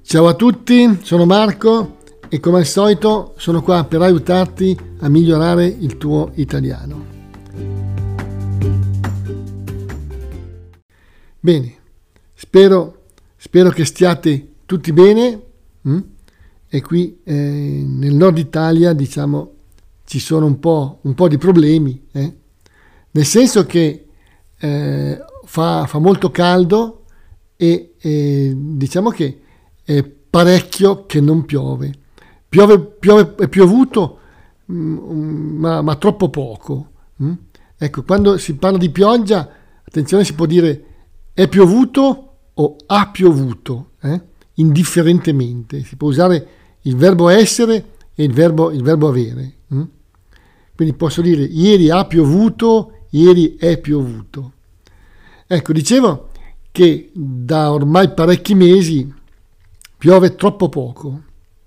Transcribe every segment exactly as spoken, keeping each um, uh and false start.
Ciao a tutti, sono Marco e come al solito sono qua per aiutarti a migliorare il tuo italiano. Bene, spero, spero che stiate tutti bene hm? e qui eh, nel nord Italia diciamo ci sono un po', un po' di problemi, eh? Nel senso che eh, fa, fa molto caldo e eh, diciamo che è parecchio che non piove. Piove, piove è piovuto, ma, ma troppo poco. Mm? Ecco, quando si parla di pioggia, attenzione, si può dire è piovuto o ha piovuto, eh? Indifferentemente. Si può usare il verbo essere e il verbo, il verbo avere. Mm? Quindi posso dire ieri ha piovuto, ieri è piovuto. Ecco, dicevo che da ormai parecchi mesi piove troppo poco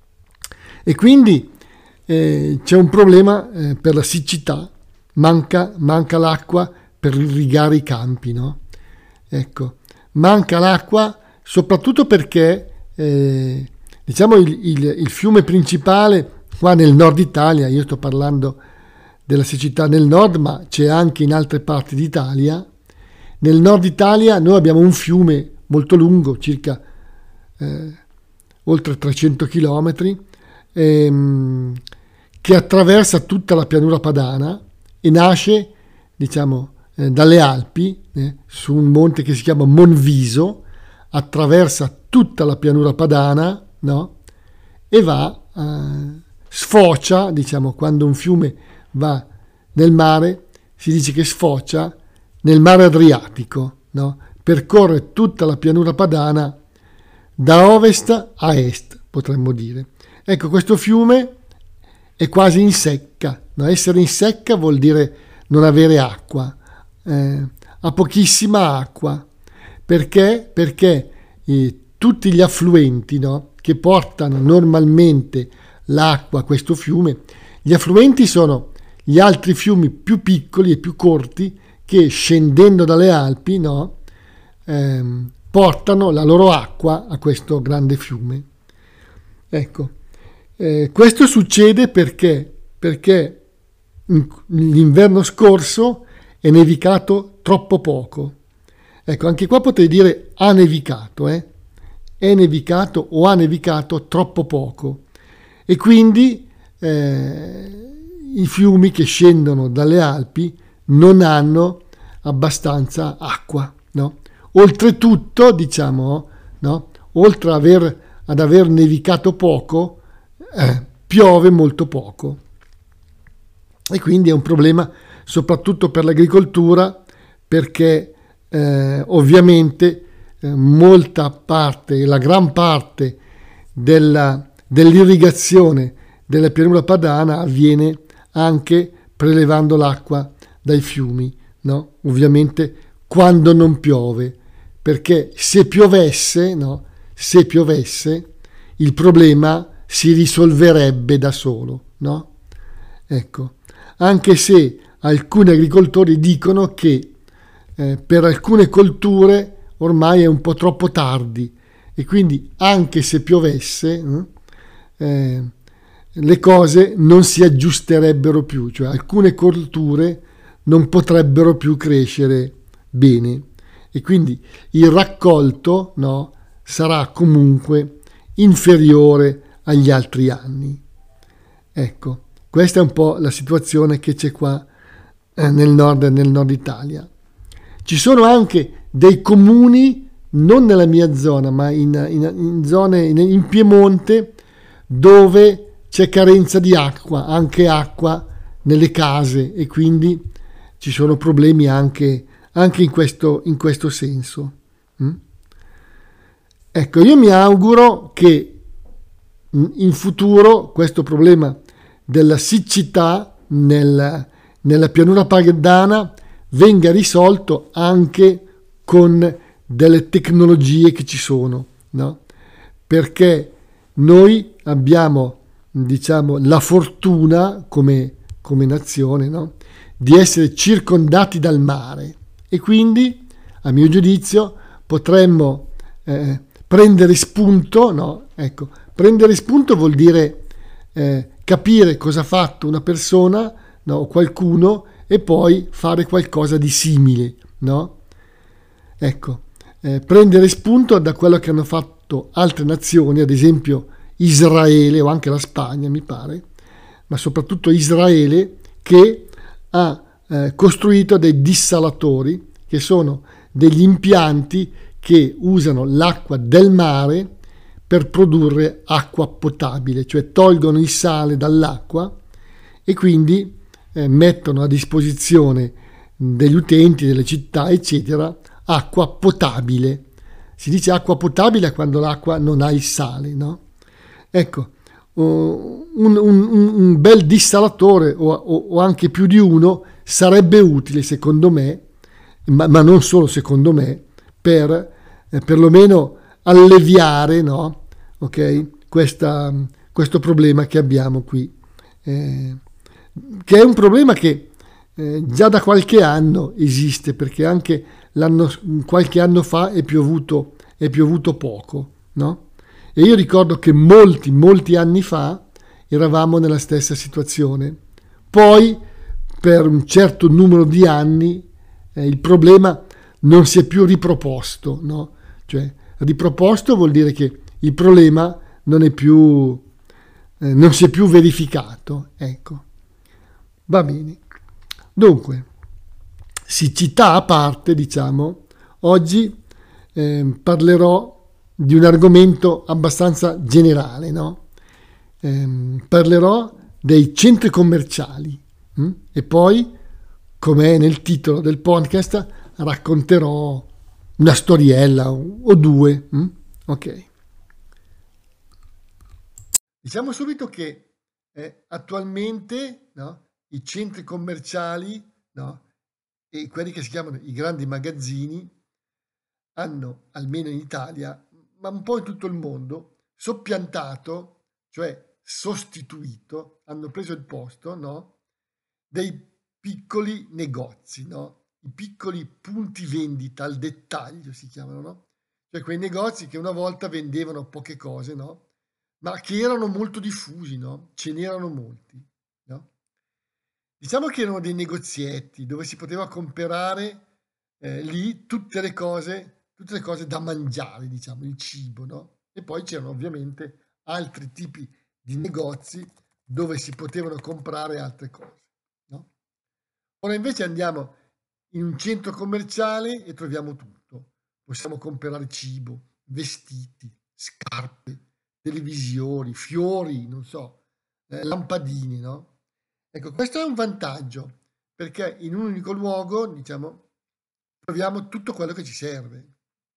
e quindi eh, c'è un problema eh, per la siccità, manca, manca l'acqua per irrigare i campi, no? Ecco, manca l'acqua soprattutto perché eh, diciamo il, il, il fiume principale qua nel nord Italia, io sto parlando della siccità nel nord, ma c'è anche in altre parti d'Italia. Nel nord Italia noi abbiamo un fiume molto lungo, circa eh, oltre trecento chilometri, ehm, che attraversa tutta la pianura padana e nasce, diciamo, eh, dalle Alpi, eh, su un monte che si chiama Monviso, attraversa tutta la pianura padana, no? E va, eh, sfocia, diciamo, quando un fiume va nel mare, si dice che sfocia nel mare Adriatico, no? Percorre tutta la pianura padana da ovest a est, potremmo dire. Ecco, questo fiume è quasi in secca, no? Essere in secca vuol dire non avere acqua, eh, ha pochissima acqua. Perché? Perché eh, tutti gli affluenti, no? Che portano normalmente l'acqua a questo fiume, gli affluenti sono gli altri fiumi più piccoli e più corti che scendendo dalle Alpi, no? ehm, portano la loro acqua a questo grande fiume. Ecco, eh, questo succede perché, perché l'inverno scorso è nevicato troppo poco. Ecco, anche qua potrei dire ha nevicato, eh? È nevicato o ha nevicato troppo poco. E quindi eh, i fiumi che scendono dalle Alpi non hanno abbastanza acqua, no? Oltretutto, diciamo, no? Oltre ad aver, ad aver nevicato poco, eh, piove molto poco. E quindi è un problema soprattutto per l'agricoltura, perché eh, ovviamente eh, molta parte, la gran parte della, dell'irrigazione della pianura padana avviene anche prelevando l'acqua dai fiumi, no? Ovviamente quando non piove, perché se piovesse, no? Se piovesse, il problema si risolverebbe da solo, no? Ecco, anche se alcuni agricoltori dicono che eh, per alcune colture ormai è un po' troppo tardi e quindi anche se piovesse eh, le cose non si aggiusterebbero più, cioè alcune colture non potrebbero più crescere bene e quindi il raccolto, no, sarà comunque inferiore agli altri anni. Ecco, questa è un po' la situazione che c'è qua eh, nel nord, nel nord Italia. Ci sono anche dei comuni, non nella mia zona, ma in, in, in zone in, in Piemonte, dove c'è carenza di acqua, anche acqua nelle case, e quindi ci sono problemi anche, anche in questo, in questo senso. Mm? Ecco, io mi auguro che in futuro questo problema della siccità nel, nella pianura padana venga risolto anche con delle tecnologie che ci sono, no? Perché noi abbiamo, diciamo, la fortuna come, come nazione, no? Di essere circondati dal mare e quindi, a mio giudizio, potremmo eh, prendere spunto, no? Ecco, prendere spunto vuol dire eh, capire cosa ha fatto una persona, no, o qualcuno, e poi fare qualcosa di simile, no? Ecco, eh, prendere spunto da quello che hanno fatto altre nazioni, ad esempio Israele o anche la Spagna, mi pare, ma soprattutto Israele, che ha eh, costruito dei dissalatori, che sono degli impianti che usano l'acqua del mare per produrre acqua potabile, cioè tolgono il sale dall'acqua e quindi eh, mettono a disposizione degli utenti, delle città, eccetera, acqua potabile. Si dice acqua potabile quando l'acqua non ha il sale, no? Ecco, un, un, un bel dissalatore o, o, o anche più di uno sarebbe utile, secondo me, ma, ma non solo secondo me, per eh, perlomeno alleviare, no? Okay, questa, questo problema che abbiamo qui, eh, che è un problema che eh, già da qualche anno esiste, perché anche l'anno, qualche anno fa è piovuto, è piovuto poco, no? E io ricordo che molti, molti anni fa eravamo nella stessa situazione. Poi, per un certo numero di anni, eh, il problema non si è più riproposto, no? Cioè, riproposto vuol dire che il problema non è più, eh, non si è più verificato, ecco. Va bene. Dunque, siccità a parte, diciamo, oggi eh, parlerò di un argomento abbastanza generale, no? Eh, parlerò dei centri commerciali hm? E poi, come è nel titolo del podcast, racconterò una storiella o due. Hm? Ok. Diciamo subito che eh, attualmente, no, i centri commerciali, no, e quelli che si chiamano i grandi magazzini hanno, almeno in Italia, ma un po' in tutto il mondo, soppiantato, cioè sostituito, hanno preso il posto, no, dei piccoli negozi, no? I piccoli punti vendita al dettaglio si chiamano, no? Cioè quei negozi che una volta vendevano poche cose, no? Ma che erano molto diffusi, no? Ce n'erano molti, no? Diciamo che erano dei negozietti dove si poteva comprare eh, lì tutte le cose, tutte le cose da mangiare, diciamo, il cibo, no? E poi c'erano ovviamente altri tipi di negozi dove si potevano comprare altre cose, no? Ora invece andiamo in un centro commerciale e troviamo tutto. Possiamo comprare cibo, vestiti, scarpe, televisioni, fiori, non so, eh, lampadine, no? Ecco, questo è un vantaggio, perché in un unico luogo, diciamo, troviamo tutto quello che ci serve.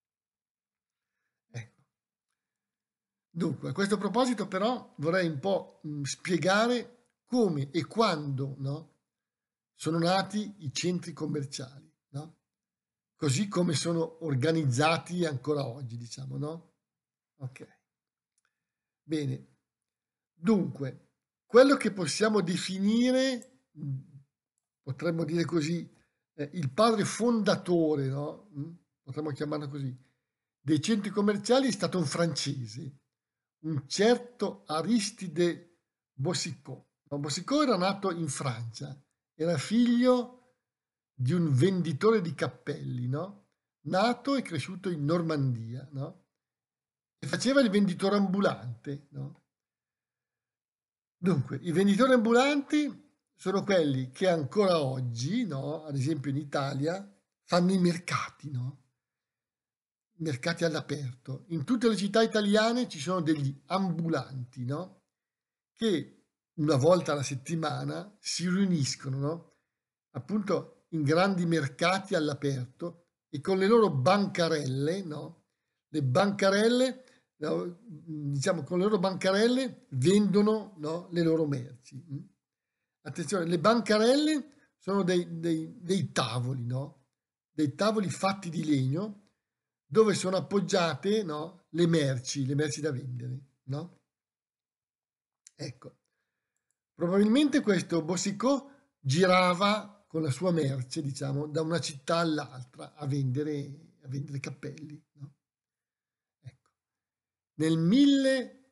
Ecco. Dunque, a questo proposito però vorrei un po' mh, spiegare come e quando, no, sono nati i centri commerciali, no? Così come sono organizzati ancora oggi, diciamo, no? Ok. Bene. Dunque, quello che possiamo definire, mh, potremmo dire così, eh, il padre fondatore, no? Mm? Potremmo chiamarlo così, dei centri commerciali è stato un francese, un certo Aristide Boucicaut. No, Boucicaut era nato in Francia, era figlio di un venditore di cappelli, no? Nato e cresciuto in Normandia, no? E faceva il venditore ambulante, no? Dunque, i venditori ambulanti sono quelli che ancora oggi, no? Ad esempio in Italia, fanno i mercati, no? Mercati all'aperto. In tutte le città italiane ci sono degli ambulanti, no? Che una volta alla settimana si riuniscono, no? Appunto in grandi mercati all'aperto e con le loro bancarelle, no? Le bancarelle, no? Diciamo, con le loro bancarelle vendono, no? Le loro merci. Attenzione, le bancarelle sono dei, dei, dei tavoli, no? Dei tavoli fatti di legno dove sono appoggiate, no, le merci, le merci da vendere, no? Ecco, probabilmente questo Boucicaut girava con la sua merce, diciamo, da una città all'altra a vendere, a vendere cappelli, no? Ecco. Nel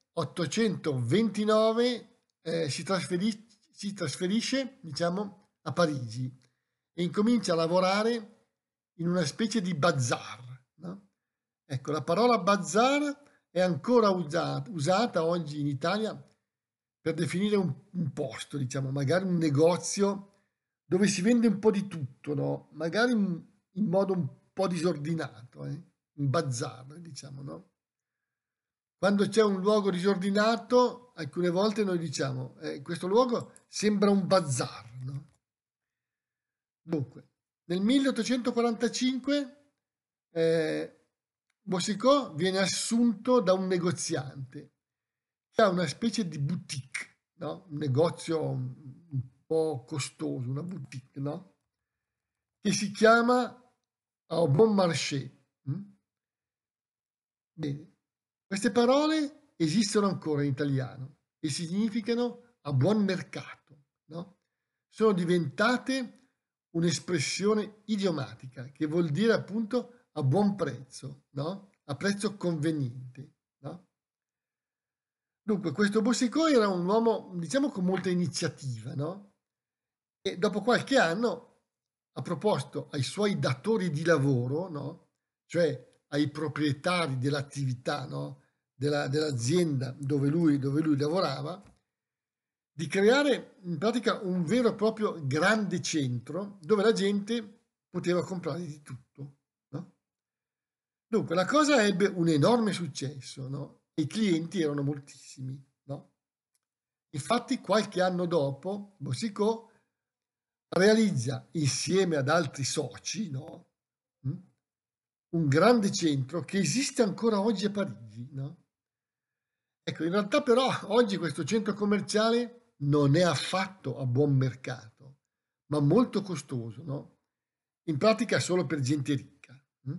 milleottocentoventinove eh, si, trasferis- si trasferisce, diciamo, a Parigi e incomincia a lavorare in una specie di bazar, no? Ecco, la parola bazar è ancora usata, usata oggi in Italia per definire un, un posto, diciamo, magari un negozio dove si vende un po' di tutto, no? Magari in, in modo un po' disordinato, eh? Un bazar, diciamo, no? Quando c'è un luogo disordinato, alcune volte noi diciamo, eh, questo luogo sembra un bazar, no? Dunque, nel milleottocentoquarantacinque eh, Boucicaut viene assunto da un negoziante che ha una specie di boutique, no? Un negozio un, un po' costoso, una boutique, no? Che si chiama Au Bon Marché. Mm? Bene, queste parole esistono ancora in italiano e significano a buon mercato, no? Sono diventate un'espressione idiomatica che vuol dire appunto a buon prezzo, no? A prezzo conveniente, no? Dunque, questo Boucicaut era un uomo, diciamo, con molta iniziativa, no? E dopo qualche anno ha proposto ai suoi datori di lavoro, no? Cioè ai proprietari dell'attività, no? Della, dell'azienda dove lui, dove lui lavorava, di creare in pratica un vero e proprio grande centro dove la gente poteva comprare di tutto, no? Dunque la cosa ebbe un enorme successo, no? E i clienti erano moltissimi, no? Infatti qualche anno dopo Boucicaut realizza insieme ad altri soci, no? Mm? Un grande centro che esiste ancora oggi a Parigi, no? Ecco, in realtà però oggi questo centro commerciale non è affatto a buon mercato, ma molto costoso, no? In pratica solo per gente ricca. Mm?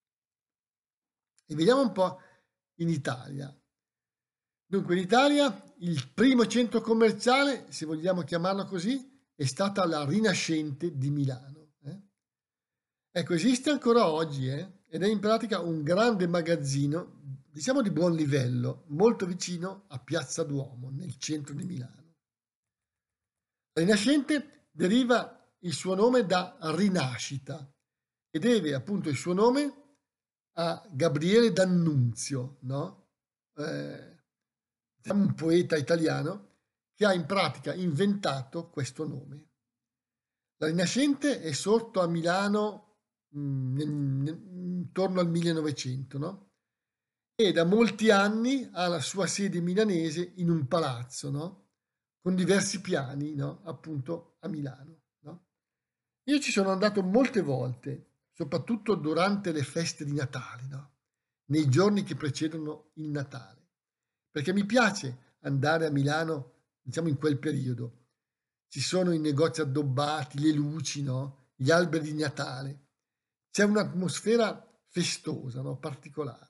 E vediamo un po' in Italia. Dunque, in Italia il primo centro commerciale, se vogliamo chiamarlo così, è stata la Rinascente di Milano. Eh? Ecco, esiste ancora oggi eh? Ed è in pratica un grande magazzino, diciamo di buon livello, molto vicino a Piazza Duomo, nel centro di Milano. La Rinascente deriva il suo nome da rinascita e deve appunto il suo nome a Gabriele D'Annunzio, no? Eh, un poeta italiano che ha in pratica inventato questo nome. La Rinascente è sorto a Milano mh, nel, nel, intorno al millenovecento, no? E da molti anni ha la sua sede milanese in un palazzo, no? Con diversi piani, no? Appunto a Milano, no? Io ci sono andato molte volte, soprattutto durante le feste di Natale, no? Nei giorni che precedono il Natale, perché mi piace andare a Milano, diciamo in quel periodo. Ci sono i negozi addobbati, le luci, no? Gli alberi di Natale. C'è un'atmosfera festosa, no? Particolare.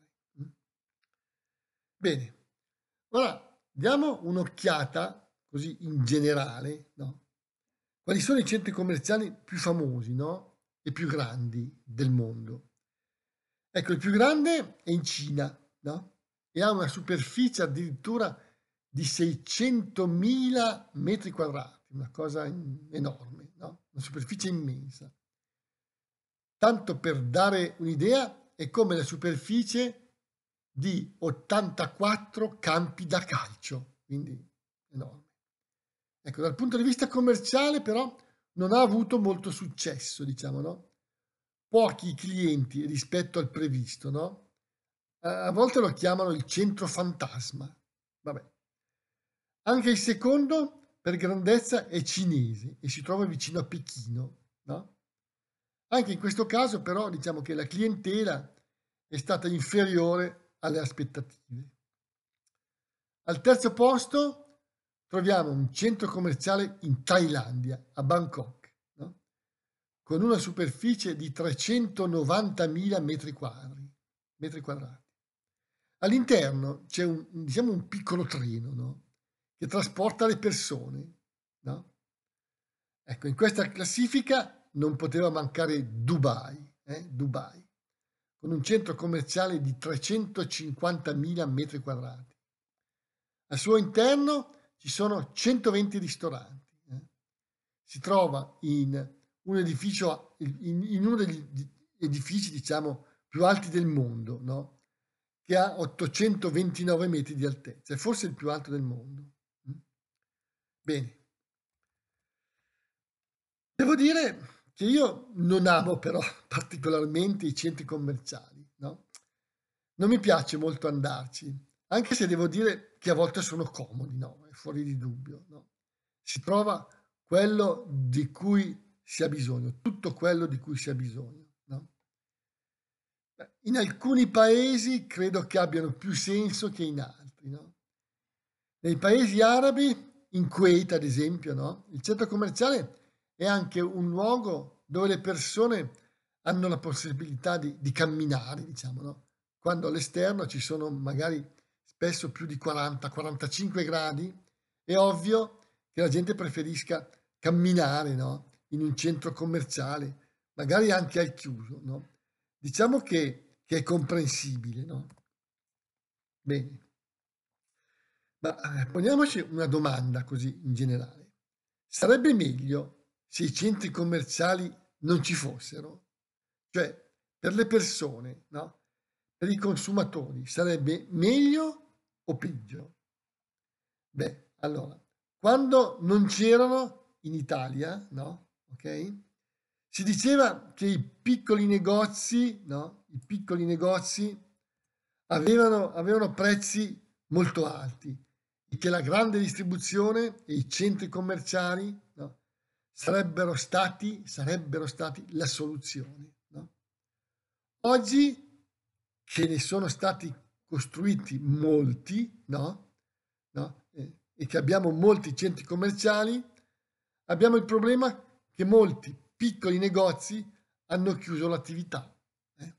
Bene, ora diamo un'occhiata così in generale, no? Quali sono i centri commerciali più famosi, no? E più grandi del mondo? Ecco, il più grande è in Cina, no? E ha una superficie addirittura di seicentomila metri quadrati, una cosa enorme, no? Una superficie immensa. Tanto per dare un'idea, è come la superficie di ottantaquattro campi da calcio, quindi enorme. Ecco, dal punto di vista commerciale però non ha avuto molto successo, diciamo, no? Pochi clienti rispetto al previsto, no? A volte lo chiamano il centro fantasma. Vabbè. Anche il secondo per grandezza è cinese e si trova vicino a Pechino, no? Anche in questo caso però diciamo che la clientela è stata inferiore alle aspettative. Al terzo posto troviamo un centro commerciale in Thailandia, a Bangkok, no? Con una superficie di trecentonovantamila metri quadri, metri quadrati. All'interno c'è un, diciamo, un piccolo treno, no? Che trasporta le persone, no? Ecco, in questa classifica non poteva mancare Dubai, eh? Dubai, con un centro commerciale di trecentocinquantamila metri quadrati. Al suo interno ci sono centoventi ristoranti. Eh. Si trova in un edificio, in, in uno degli edifici, diciamo, più alti del mondo, no? Che ha ottocentoventinove metri di altezza, è forse il più alto del mondo. Bene. Devo dire che io non amo però particolarmente i centri commerciali, no? Non mi piace molto andarci, anche se devo dire che a volte sono comodi, no? È fuori di dubbio, no? Si trova quello di cui si ha bisogno, tutto quello di cui si ha bisogno, no? In alcuni paesi credo che abbiano più senso che in altri, no? Nei paesi arabi, in Kuwait ad esempio, no? Il centro commerciale è anche un luogo dove le persone hanno la possibilità di, di camminare, diciamo, no? Quando all'esterno ci sono magari spesso più di quaranta quarantacinque gradi, è ovvio che la gente preferisca camminare, no? In un centro commerciale, magari anche al chiuso, no? Diciamo che, che è comprensibile, no? Bene. Ma eh, poniamoci una domanda così in generale. Sarebbe meglio se i centri commerciali non ci fossero? Cioè, per le persone, no? Per i consumatori, sarebbe meglio o peggio? Beh, allora, quando non c'erano in Italia, no? Ok? Si diceva che i piccoli negozi, no? I piccoli negozi avevano, avevano prezzi molto alti e che la grande distribuzione e i centri commerciali, no? sarebbero stati, sarebbero stati la soluzione. No? Oggi che ne sono stati costruiti molti, no? No? Eh, e che abbiamo molti centri commerciali, abbiamo il problema che molti piccoli negozi hanno chiuso l'attività. Eh?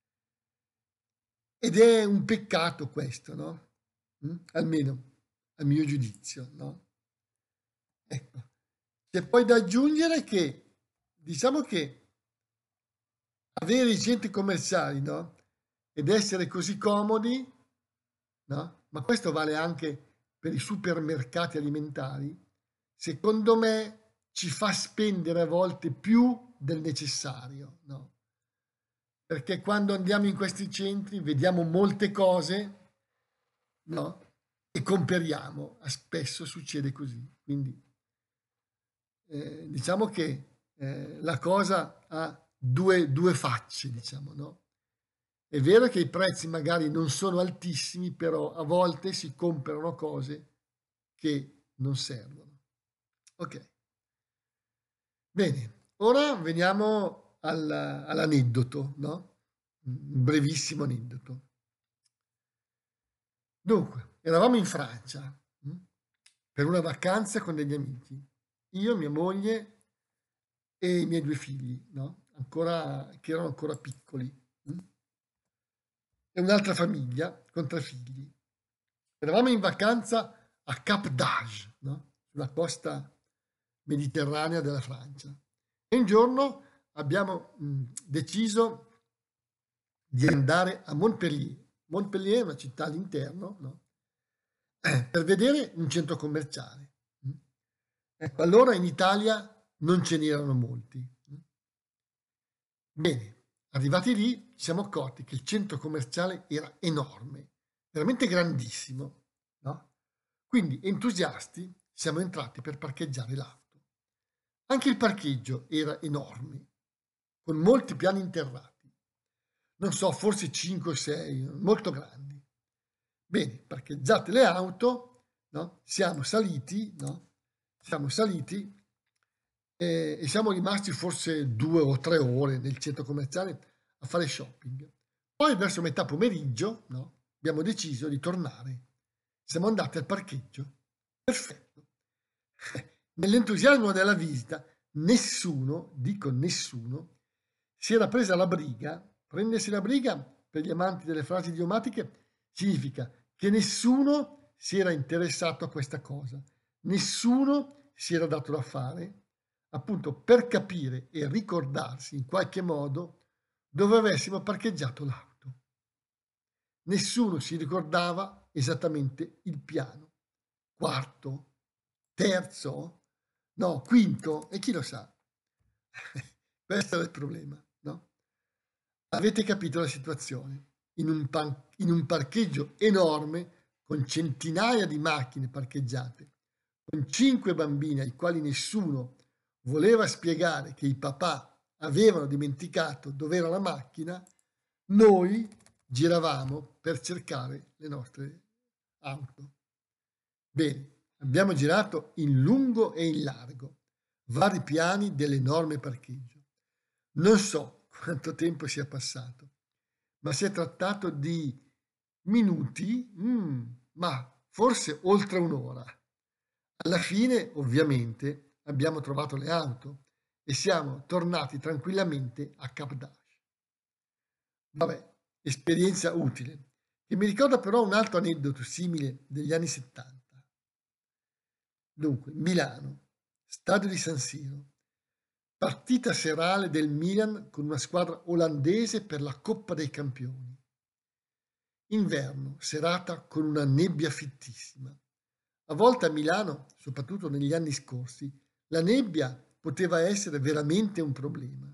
Ed è un peccato questo, no? Mm? Almeno a mio giudizio, no? Ecco. C'è poi da aggiungere che, diciamo che avere i centri commerciali, no? Ed essere così comodi, no? Ma questo vale anche per i supermercati alimentari, secondo me ci fa spendere a volte più del necessario, no? Perché quando andiamo in questi centri vediamo molte cose, no? E comperiamo, spesso succede così. Quindi eh, diciamo che eh, la cosa ha due, due facce, diciamo, no? È vero che i prezzi magari non sono altissimi, però a volte si comprano cose che non servono. Ok, bene, ora veniamo al, all'aneddoto, no? Un brevissimo aneddoto. Dunque, eravamo in Francia mh, per una vacanza con degli amici, io, mia moglie e i miei due figli, no? Ancora, che erano ancora piccoli, mh? E un'altra famiglia con tre figli. Eravamo in vacanza a Cap d'Agde, no? Sulla costa mediterranea della Francia. E un giorno abbiamo mh, deciso di andare a Montpellier. Montpellier è una città all'interno, no? Eh, per vedere un centro commerciale. Ecco, allora in Italia non ce n'erano molti. Bene, arrivati lì ci siamo accorti che il centro commerciale era enorme, veramente grandissimo, no? Quindi entusiasti siamo entrati per parcheggiare l'auto. Anche il parcheggio era enorme, con molti piani interrati. Non so, forse cinque o sei, molto grandi. Bene, parcheggiate le auto, no? Siamo saliti, no? Siamo saliti e, e siamo rimasti forse due o tre ore nel centro commerciale a fare shopping. Poi verso metà pomeriggio, no? Abbiamo deciso di tornare. Siamo andati al parcheggio. Perfetto. Nell'entusiasmo della visita, nessuno, dico nessuno, si era presa la briga. Prendersi la briga, per gli amanti delle frasi idiomatiche, significa che nessuno si era interessato a questa cosa. Nessuno si era dato da fare, appunto, per capire e ricordarsi in qualche modo dove avessimo parcheggiato l'auto. Nessuno si ricordava esattamente il piano. quarto, terzo, no, quinto, e chi lo sa? Questo è il problema, no? Avete capito la situazione? In un, pan- in un parcheggio enorme, con centinaia di macchine parcheggiate, con cinque bambini ai quali nessuno voleva spiegare che i papà avevano dimenticato dove era la macchina, noi giravamo per cercare le nostre auto. Bene, abbiamo girato in lungo e in largo, vari piani dell'enorme parcheggio. Non so quanto tempo sia passato, ma si è trattato di minuti, mm, ma forse oltre un'ora. Alla fine, ovviamente, abbiamo trovato le auto e siamo tornati tranquillamente a Cap d'Agde. Vabbè, esperienza utile, che mi ricorda però un altro aneddoto simile degli anni settanta. Dunque, Milano, stadio di San Siro, partita serale del Milan con una squadra olandese per la Coppa dei Campioni. Inverno, serata con una nebbia fittissima. A volte a Milano, soprattutto negli anni scorsi, la nebbia poteva essere veramente un problema.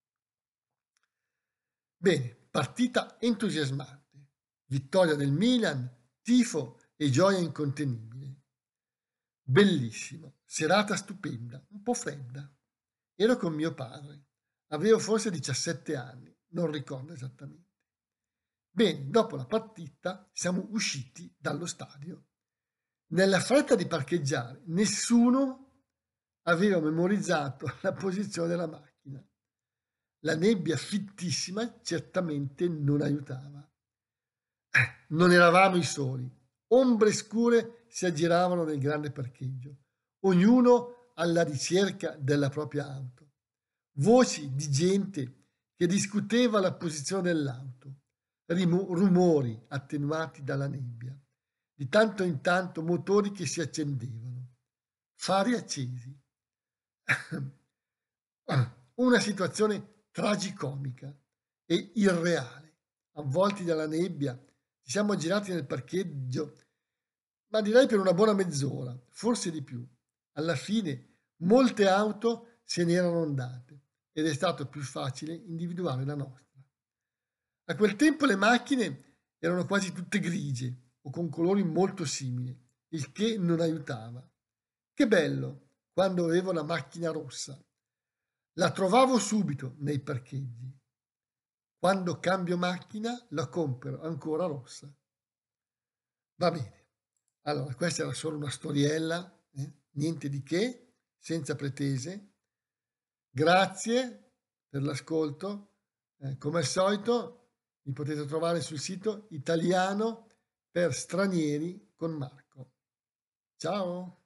Bene, partita entusiasmante, vittoria del Milan, tifo e gioia incontenibile. Bellissimo, serata stupenda, un po' fredda. Ero con mio padre, avevo forse diciassette anni, non ricordo esattamente. Bene, dopo la partita siamo usciti dallo stadio. Nella fretta di parcheggiare, nessuno aveva memorizzato la posizione della macchina. La nebbia fittissima certamente non aiutava. Eh, non eravamo i soli. Ombre scure si aggiravano nel grande parcheggio, ognuno alla ricerca della propria auto. Voci di gente che discuteva la posizione dell'auto, rimu- rumori attenuati dalla nebbia, di tanto in tanto motori che si accendevano, fari accesi. Una situazione tragicomica e irreale. Avvolti dalla nebbia, ci siamo girati nel parcheggio, ma direi per una buona mezz'ora, forse di più. Alla fine molte auto se ne erano andate ed è stato più facile individuare la nostra. A quel tempo le macchine erano quasi tutte grigie o con colori molto simili, il che non aiutava. Che bello quando avevo la macchina rossa. La trovavo subito nei parcheggi. Quando cambio macchina la compro ancora rossa. Va bene. Allora, questa era solo una storiella, eh? Niente di che, senza pretese. Grazie per l'ascolto. Eh, come al solito, mi potete trovare sul sito Italiano per stranieri con Marco. Ciao!